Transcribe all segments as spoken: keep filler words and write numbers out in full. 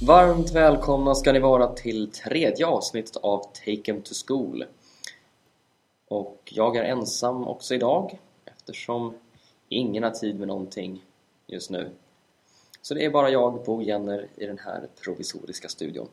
Varmt välkomna ska ni vara till tredje avsnittet av Take 'em to School. Och jag är ensam också idag eftersom ingen har tid med någonting just nu. Så det är bara jag, Bo Jenner, i den här provisoriska studion.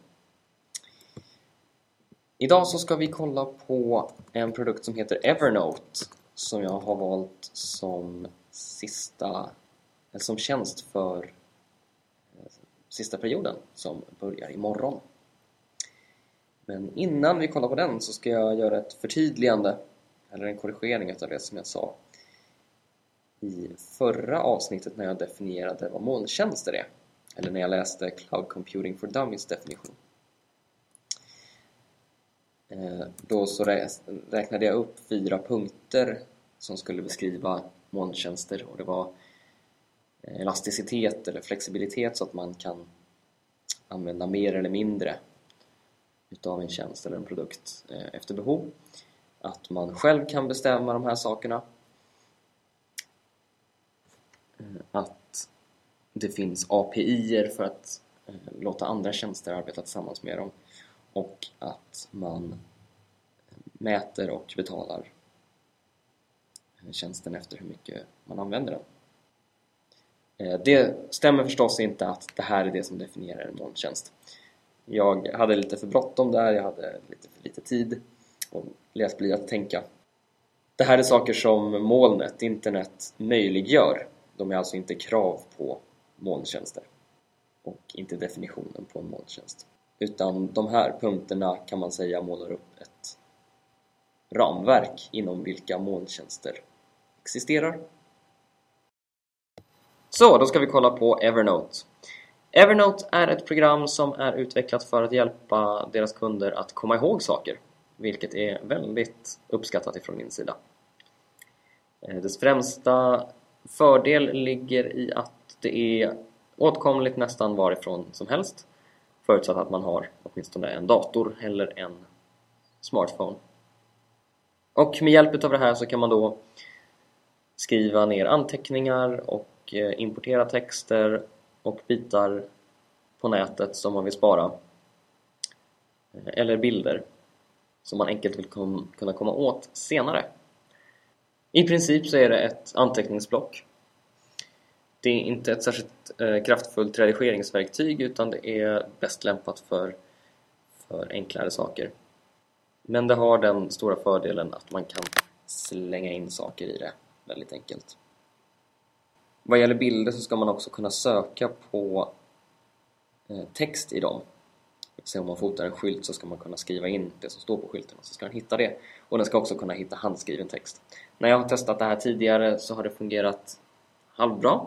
Idag så ska vi kolla på en produkt som heter Evernote som jag har valt som sista eller som tjänst för sista perioden som börjar imorgon. Men innan vi kollar på den så ska jag göra ett förtydligande eller en korrigering av det som jag sa i förra avsnittet när jag definierade vad molntjänster är, eller när jag läste Cloud Computing for Dummies definition. Då så räknade jag upp fyra punkter som skulle beskriva molntjänster, och det var elasticitet eller flexibilitet så att man kan använda mer eller mindre utav en tjänst eller en produkt efter behov. Att man själv kan bestämma de här sakerna. Att det finns A P I-er för att låta andra tjänster arbeta tillsammans med dem. Och att man mäter och betalar tjänsten efter hur mycket man använder den. Det stämmer förstås inte att det här är det som definierar en molntjänst. Jag hade lite för bråttom där, jag hade lite för lite tid och lät bli att tänka. Det här är saker som molnet, internet, möjliggör. De är alltså inte krav på molntjänster och inte definitionen på en molntjänst. Utan de här punkterna kan man säga målar upp ett ramverk inom vilka molntjänster existerar. Så, då ska vi kolla på Evernote. Evernote är ett program som är utvecklat för att hjälpa deras kunder att komma ihåg saker, vilket är väldigt uppskattat ifrån min sida. Dess främsta fördel ligger i att det är åtkomligt nästan varifrån som helst, förutsatt att man har åtminstone en dator eller en smartphone. Och med hjälp av det här så kan man då skriva ner anteckningar och importera texter och bitar på nätet som man vill spara, eller bilder som man enkelt vill kom, kunna komma åt senare. I princip så är det ett anteckningsblock. Det är inte ett särskilt eh, kraftfullt redigeringsverktyg, utan det är bäst lämpat för, för enklare saker. Men det har den stora fördelen att man kan slänga in saker i det väldigt enkelt. Vad gäller bilder så ska man också kunna söka på eh, text i dem. Så om man fotar en skylt så ska man kunna skriva in det som står på skylten, och så ska den hitta det. Och den ska också kunna hitta handskriven text. När jag har testat det här tidigare så har det fungerat halvbra.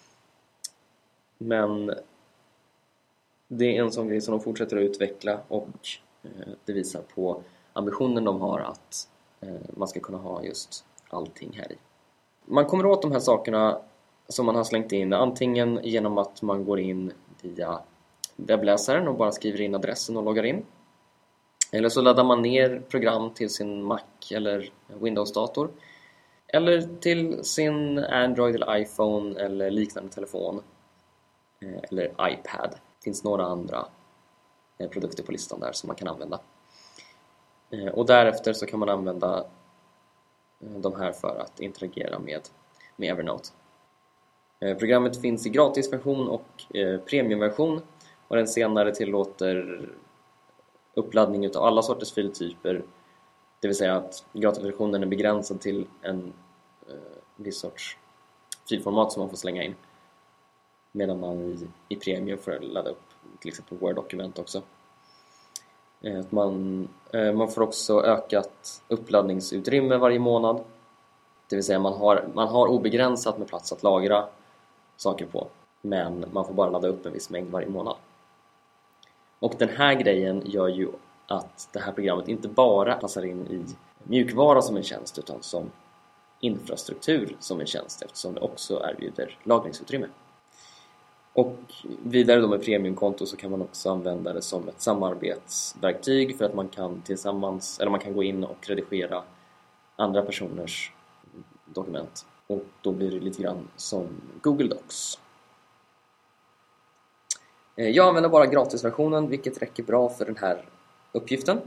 Men det är en sån grej som de fortsätter att utveckla, och eh, det visar på ambitionen de har att eh, man ska kunna ha just allting här i. Man kommer åt de här sakerna som man har slängt in antingen genom att man går in via webbläsaren och bara skriver in adressen och loggar in. Eller så laddar man ner program till sin Mac eller Windows-dator. Eller till sin Android eller iPhone eller liknande telefon. Eller iPad. Det finns några andra produkter på listan där som man kan använda. Och därefter så kan man använda de här för att interagera med, med Evernote. Programmet finns i gratisversion och eh, premiumversion, och den senare tillåter uppladdning av alla sorters filtyper. Det vill säga att gratisversionen är begränsad till en eh, viss sorts filformat som man får slänga in, medan man i, i premium får ladda upp till exempel Word-dokument också. Eh, man, eh, man får också ökat uppladdningsutrymme varje månad. Det vill säga man har, man har obegränsat med plats att lagra saker på, men man får bara ladda upp en viss mängd varje månad. Och den här grejen gör ju att det här programmet inte bara passar in i mjukvara som en tjänst, utan som infrastruktur som en tjänst, eftersom det också erbjuder lagringsutrymme. Och vidare då med premiumkonto så kan man också använda det som ett samarbetsverktyg, för att man kan tillsammans, eller man kan gå in och redigera andra personers dokument. Och då blir det lite grann som Google Docs. Jag använder bara gratisversionen, vilket räcker bra för den här uppgiften.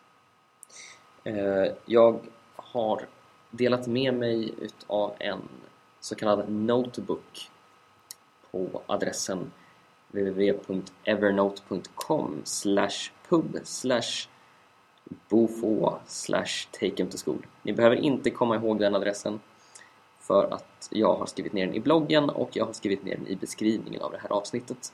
Jag har delat med mig av en så kallad notebook på adressen w w w punkt evernote punkt com slash pub slash bofå slash take em to school. Ni behöver inte komma ihåg den adressen, för att jag har skrivit ner den i bloggen och jag har skrivit ner den i beskrivningen av det här avsnittet.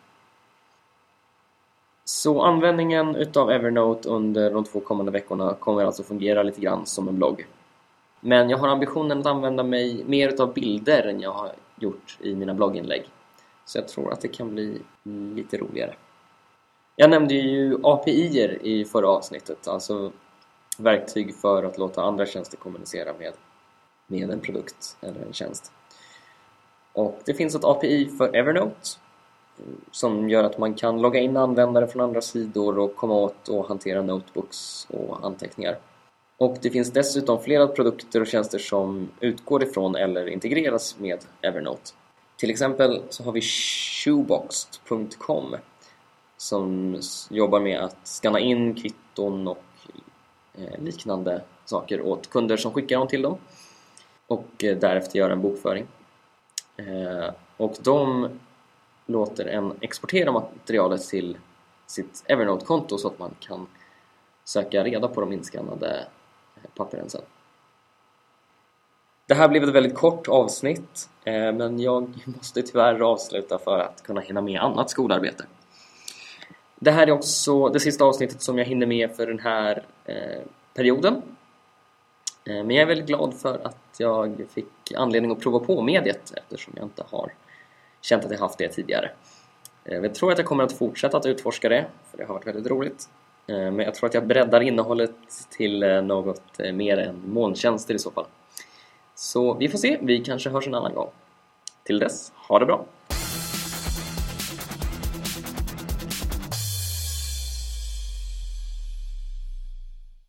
Så användningen utav Evernote under de två kommande veckorna kommer alltså fungera lite grann som en blogg. Men jag har ambitionen att använda mig mer utav bilder än jag har gjort i mina blogginlägg. Så jag tror att det kan bli lite roligare. Jag nämnde ju A P I-er i förra avsnittet, alltså verktyg för att låta andra tjänster kommunicera med, med en produkt eller en tjänst. Och det finns ett A P I för Evernote som gör att man kan logga in användare från andra sidor och komma åt och hantera notebooks och anteckningar. Och det finns dessutom flera produkter och tjänster som utgår ifrån eller integreras med Evernote. Till exempel så har vi shoeboxed punkt com som jobbar med att scanna in kvitton och liknande saker åt kunder som skickar dem till dem. Och därefter göra en bokföring. Och de låter en exportera materialet till sitt Evernote-konto så att man kan söka reda på de inskannade papperen sen. Det här blev ett väldigt kort avsnitt, men jag måste tyvärr avsluta för att kunna hinna med annat skolarbete. Det här är också det sista avsnittet som jag hinner med för den här perioden. Men jag är väldigt glad för att jag fick anledning att prova på mediet, eftersom jag inte har känt att jag haft det tidigare. Jag tror att jag kommer att fortsätta att utforska det, för det har varit väldigt roligt. Men jag tror att jag breddar innehållet till något mer än molntjänster i så fall. Så vi får se, vi kanske hörs en annan gång. Till dess, ha det bra!